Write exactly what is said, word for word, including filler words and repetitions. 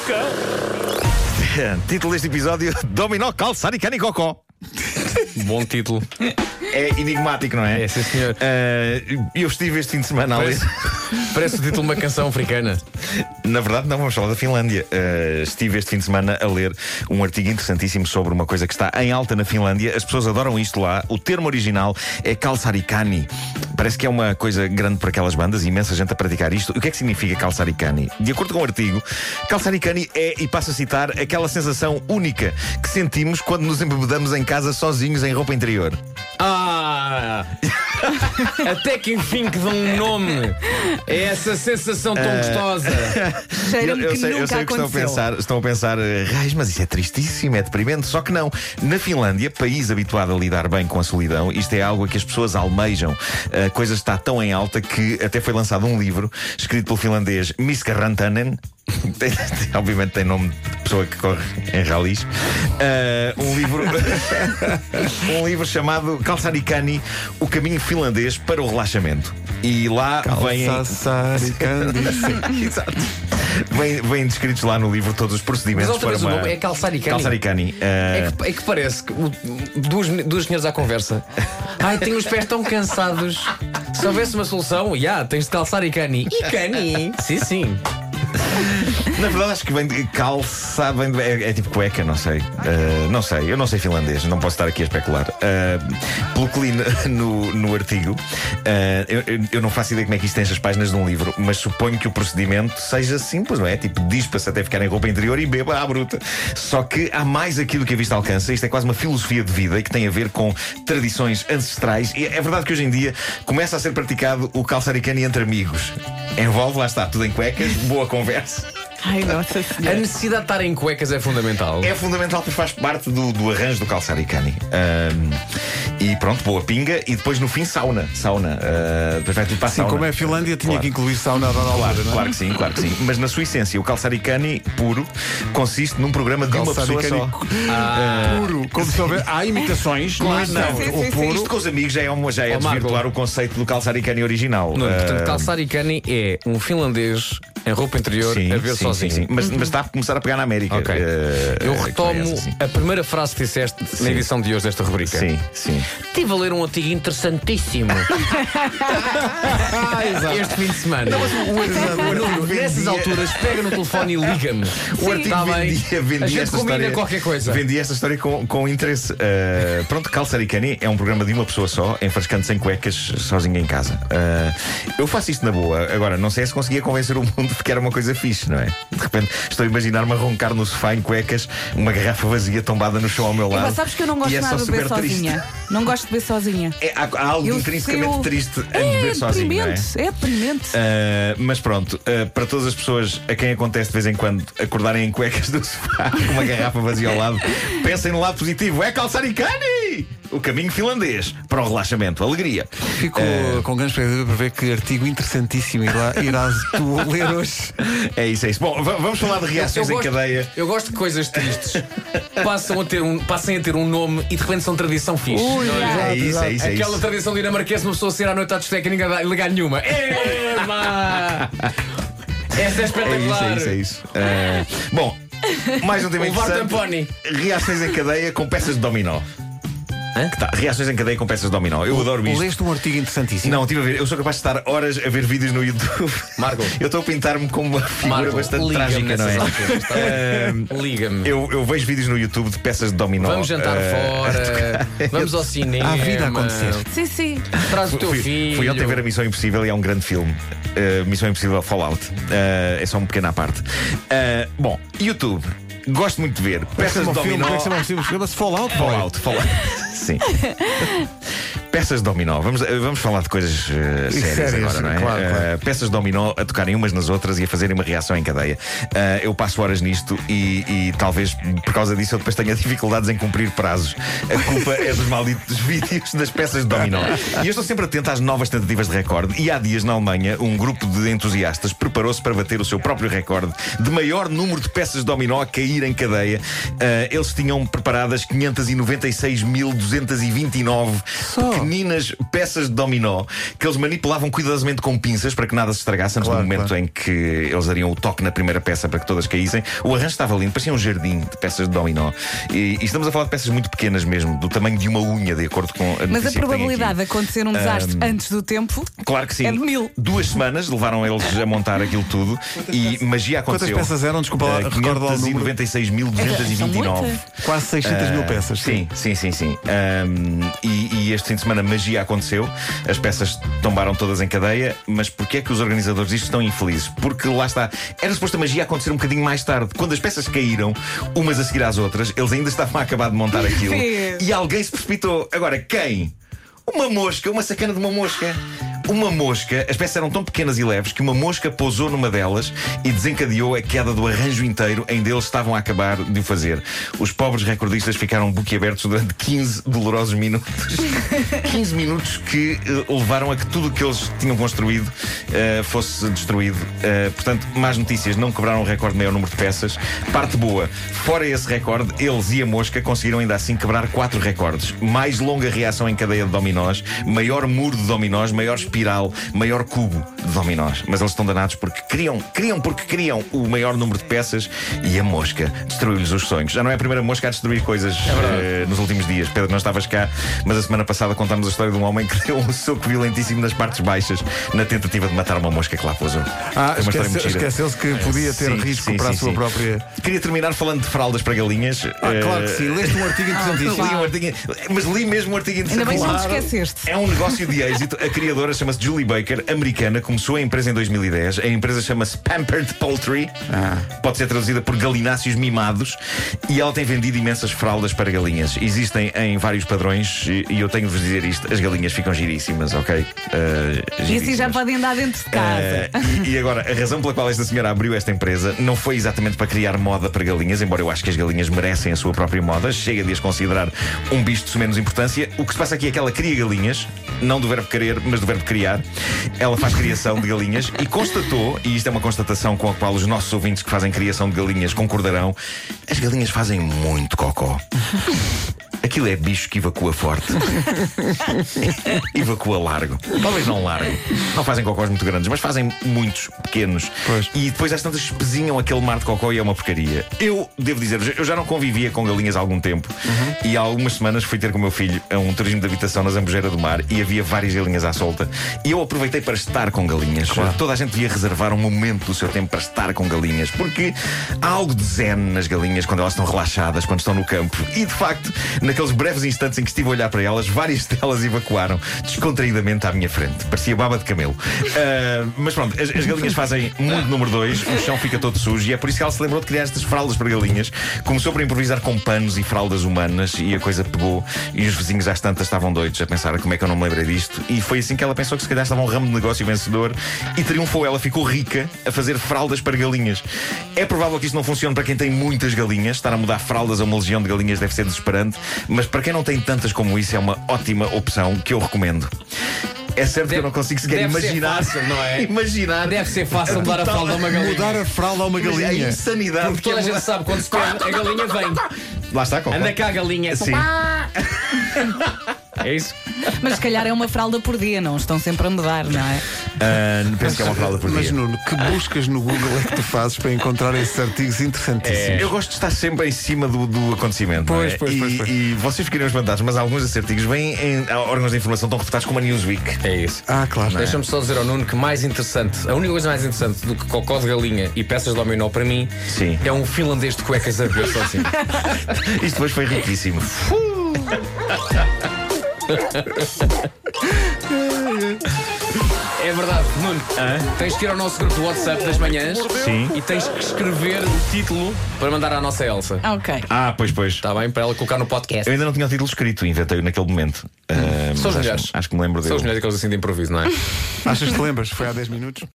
cão. Título deste episódio: Dominó, calçar e canicocó. Bom título. É enigmático, não é? É, sim, senhor. Uh, eu estive este fim de semana a ler. Parece, parece o título de uma canção africana. Na verdade, não, vamos falar da Finlândia. Uh, estive este fim de semana a ler um artigo interessantíssimo sobre uma coisa que está em alta na Finlândia. As pessoas adoram isto lá. O termo original é kalsarikani. Parece que é uma coisa grande para aquelas bandas, imensa gente a praticar isto. O que é que significa kalsarikani? De acordo com o artigo, kalsarikani é, e passo a citar, aquela sensação única que sentimos quando nos embebedamos em casa sozinhos em roupa interior. Ah! Até que enfim que dão um nome. É essa sensação tão uh... gostosa. eu, eu, sei, eu sei o que estão a pensar. Estão a pensar, raios, mas isso é tristíssimo, é deprimente. Só que não. Na Finlândia, país habituado a lidar bem com a solidão, isto é algo a que as pessoas almejam. A coisa está tão em alta que até foi lançado um livro escrito pelo finlandês Miska Rantanen. Tem, obviamente tem nome de pessoa que corre em ralis. Uh, um livro um livro chamado Kalsarikani, o caminho finlandês para o relaxamento. E lá vêm Exato. Vêm, vêm descritos lá no livro todos os procedimentos. Mas outra vez para o uma... nome é Kalsarikani. Kalsarikani. Uh... É, que, é que parece que o, duas, duas senhoras à conversa. Ai, tenho os pés tão cansados. Se houvesse uma solução, já, yeah, tens de Kalsarikani. E cani? Sim, sim. Na verdade, acho que vem de calça, vem de, é, é tipo cueca, não sei. Uh, não sei, eu não sei finlandês, não posso estar aqui a especular. Uh, pelo que li no, no artigo, uh, eu, eu não faço ideia como é que isto enche as páginas de um livro, mas suponho que o procedimento seja simples, não é? Tipo, dispa-se até ficar em roupa interior e beba à bruta. Só que há mais aquilo que a vista alcança. Isto é quase uma filosofia de vida e que tem a ver com tradições ancestrais. E é verdade que hoje em dia começa a ser praticado o kalsarikani entre amigos. Envolve, lá está, tudo em cuecas, boa conversa. Ai, nossa senhora. A necessidade de estar em cuecas é fundamental. É fundamental porque faz parte do, do arranjo do kalsarikani. Um, e pronto, boa pinga. E depois no fim sauna. Sauna. Uh, depois vai tudo para a sim, sauna. como é a Finlândia, tinha claro. que incluir sauna a dada altura, não é? Claro que sim, claro que sim. Mas na sua essência, o kalsarikani puro consiste num programa de uma pessoa só. Ah. Uh, puro. Como se houver. Há imitações, claro, não. não. Sim, sim, o puro. sim. Isto com os amigos já é, uma, já é oh, desvirtuar o conceito do kalsarikani original. Não, uh, portanto, kalsarikani é um finlandês em roupa interior sim, a ver sim, sozinho. Sim, sim. Mas, mas está a começar a pegar na América. Okay. Uh, Eu retomo é essa, a primeira frase que disseste sim. na edição de hoje desta rubrica. Sim, sim. Estive a ler um artigo interessantíssimo este fim de semana. Não, mas o, o, Nuno, nessas alturas, pega no telefone e liga-me. O artigo tá vendia, vendia a gente esta combina história, qualquer coisa. Vendia esta história com, com interesse. Uh, pronto, Kalsarikani é um programa de uma pessoa só, enfrascando-se em cuecas sozinho em casa. Uh, eu faço isto na boa. Agora, não sei se conseguia convencer o mundo de que era uma coisa fixe, não é? De repente, estou a imaginar-me a roncar no sofá em cuecas, uma garrafa vazia tombada no chão ao meu lado. Mas sabes que eu não gosto é nada de beber sozinha. Triste. Não gosto de beber sozinha. É, há, há algo eu intrinsecamente eu... triste em é beber sozinho, não é? É deprimente. Uh, mas pronto, uh, para todas as pessoas a quem acontece de vez em quando acordarem em cuecas do sofá com uma garrafa vazia ao lado, pensem no lado positivo. É Kalsarikani! O caminho finlandês para o relaxamento, alegria. Fico uh, com grande expectativa para ver que artigo interessantíssimo irá, irás tu ler hoje. É isso, é isso. Bom, vamos falar de reações eu em gosto, cadeia. Eu gosto de coisas tristes. Passam a ter um, passem a ter um nome e de repente são tradição fixe. Ui, é, isso, é isso, é Aquela isso. tradição dinamarquesa, uma pessoa sair à noite à discoteca e ninguém vai ligar nenhuma. Eba! Essa é espetacular. É isso, é isso. É isso. Uh, bom, mais um tema interessante. Reações em cadeia com peças de dominó. Tá, reações em cadeia com peças de dominó. Eu o, adoro isto. Leste um artigo interessantíssimo. Não, estive a ver. Eu sou capaz de estar horas a ver vídeos no YouTube. Marco, eu estou a pintar-me como uma figura Marco, bastante trágica, não é? uh, Liga-me. Eu, eu vejo vídeos no YouTube de peças de dominó. Vamos jantar uh, fora, vamos ao cinema. Há vida a acontecer. Sim, sim. Traz o teu fui, filho. Fui ontem ver a Missão Impossível e é um grande filme. Uh, Missão Impossível Fallout. Uh, é só uma pequena parte. Uh, bom, YouTube. Gosto muito de ver peças de dominó. Chama-se Fallout. Fallout, Fallout. Sim. Peças de dominó. Vamos, vamos falar de coisas uh, sérias, sérias agora, não é? Claro, claro. Uh, peças de dominó a tocarem umas nas outras e a fazerem uma reação em cadeia. Uh, eu passo horas nisto e, e talvez por causa disso eu depois tenha dificuldades em cumprir prazos. A culpa é dos malditos vídeos das peças de dominó. E eu estou sempre atento às novas tentativas de recorde. E há dias na Alemanha, um grupo de entusiastas preparou-se para bater o seu próprio recorde de maior número de peças de dominó a cair em cadeia. Uh, eles tinham preparadas quinhentas e noventa e seis mil duzentas e vinte e nove oh. pequeninas peças de dominó que eles manipulavam cuidadosamente com pinças para que nada se estragasse antes Claro, do momento claro. em que eles dariam o toque na primeira peça para que todas caíssem. O arranjo estava lindo, parecia um jardim de peças de dominó. E, e estamos a falar de peças muito pequenas mesmo, do tamanho de uma unha, de acordo com a Mas a notícia que tem probabilidade aqui. de acontecer um desastre antes do tempo Claro que sim. é de mil. Duas semanas levaram eles a montar aquilo tudo e magia Quantas aconteceu. peças eram? Desculpa lá, Eh, recorda lá o quinhentos e noventa e seis mil duzentos e vinte e nove. Quase seiscentas mil peças. Sim, sim, sim, sim. Um, e, e este fim de semana magia aconteceu. As peças tombaram todas em cadeia. Mas porquê é que os organizadores disto estão infelizes? Porque lá está, era suposto a magia acontecer um bocadinho mais tarde. Quando as peças caíram, umas a seguir às outras, eles ainda estavam a acabar de montar aquilo. E alguém se precipitou. Agora, quem? Uma mosca, uma sacana de uma mosca. Uma mosca, as peças eram tão pequenas e leves que uma mosca pousou numa delas e desencadeou a queda do arranjo inteiro. Ainda eles estavam a acabar de o fazer. Os pobres recordistas ficaram boquiabertos durante quinze dolorosos minutos. quinze minutos que uh, levaram a que tudo o que eles tinham construído uh, fosse destruído. Uh, portanto, más notícias, não quebraram o recorde de maior número de peças. Parte boa, fora esse recorde, eles e a mosca conseguiram ainda assim quebrar quatro recordes. Mais longa reação em cadeia de dominós, maior muro de dominós, maior espiral, maior cubo de dominós. Mas eles estão danados porque queriam, queriam porque queriam o maior número de peças e a mosca destruiu-lhes os sonhos. Já não é a primeira mosca a destruir coisas é uh, nos últimos dias. Pedro, não estavas cá, mas a semana passada contámos a história de um homem que deu um soco violentíssimo nas partes baixas na tentativa de matar uma mosca que lá pousou. Ah, É uma história muito esquece- gira. esqueceu-se que podia ter Sim, risco sim, para a sim, sua sim. própria. Queria terminar falando de fraldas para galinhas. Ah, claro que Eh, sim. Leste um artigo interessantíssimo. Li um artigo, mas li mesmo um artigo Ainda bem que não te Claro. esqueceste. É um negócio de êxito. A criadora chama-se Julie Baker, americana, começou a empresa em dois mil e dez. A empresa chama-se Pampered Poultry, Ah. pode ser traduzida por galináceos mimados, e ela tem vendido imensas fraldas para galinhas. Existem em vários padrões e e eu tenho de vos dizer isto: as galinhas ficam giríssimas, ok? Uh, E assim já giríssimas. podem andar dentro de casa. Eh, e, e agora, a razão pela qual esta senhora abriu esta empresa não foi exatamente para criar moda para galinhas, embora eu acho que as galinhas merecem a sua própria moda. Chega de as considerar um bicho de menos importância. O que se passa aqui é que ela cria galinhas, não do verbo querer, mas do verbo criar. Ela faz criação de galinhas e constatou, e isto é uma constatação com a qual os nossos ouvintes que fazem criação de galinhas concordarão: as galinhas fazem muito cocó. Aquilo é bicho que evacua forte. Evacua largo. Talvez não largo. Não fazem cocós muito grandes, mas fazem muitos pequenos. Pois. E depois às tantas espezinham aquele mar de cocó e é uma porcaria. Eu devo dizer, eu já não convivia com galinhas há algum tempo. E há algumas semanas fui ter com o meu filho a um turismo de habitação na Zambujeira do Mar e havia várias galinhas à solta. E eu aproveitei para estar com galinhas. Claro. Toda a gente devia reservar um momento do seu tempo para estar com galinhas, porque há algo de zen nas galinhas quando elas estão relaxadas, quando estão no campo. E de facto, naqueles breves instantes em que estive a olhar para elas, várias delas evacuaram descontraídamente à minha frente. Parecia baba de camelo. Ah, mas pronto, as, as galinhas fazem muito número dois, o chão fica todo sujo e é por isso que ela se lembrou de criar estas fraldas para galinhas. Começou por improvisar com panos e fraldas humanas e a coisa pegou e os vizinhos às tantas estavam doidos a pensar como é que eu não me lembrei disto. E foi assim que ela pensou que se calhar estava um ramo de negócio vencedor e triunfou. Ela ficou rica a fazer fraldas para galinhas. É provável que isto não funcione para quem tem muitas galinhas. Estar a mudar fraldas a uma legião de galinhas deve ser desesperante, mas para quem não tem tantas como isso é uma ótima opção que eu recomendo. É certo que eu não consigo sequer deve ser imaginar. fácil, não é? Imaginar. Deve ser fácil mudar a total- fralda a uma galinha. Mudar a fralda a uma A galinha. insanidade Porque que é toda a gente mudar- sabe quando se perde, a galinha vem. Lá está, com Anda cá a galinha. Sim. É isso? Mas se calhar é uma fralda por dia, não estão sempre a mudar, não é? Ah, penso que é uma fralda por Mas dia. Nuno, que buscas no Google é que tu fazes para encontrar esses artigos interessantíssimos? Eu gosto de estar sempre em cima do, do acontecimento. Pois, não é? pois, e, pois, pois. e vocês ficariam espantados, mas alguns desses artigos vêm em órgãos de informação tão reputados como a Newsweek. É isso. Ah, claro. Deixa-me só dizer ao Nuno que mais interessante, a única coisa mais interessante do que cocó de galinha e peças de dominó para mim Sim. é um finlandês de cuecas a beber sozinho. Isto depois foi riquíssimo. É verdade, Nuno. Tens que ir ao nosso grupo do WhatsApp das manhãs Sim. e tens que escrever o título para mandar à nossa Elsa. Ok. Ah, pois, pois. Está bem? Para ela colocar no podcast. Eu ainda não tinha o título escrito, inventei-o naquele momento. Ah, mas São as acho- mulheres. Acho que me lembro São dele. os melhores aqueles assim de improviso, não é? Achas que te lembras? Foi há dez minutos?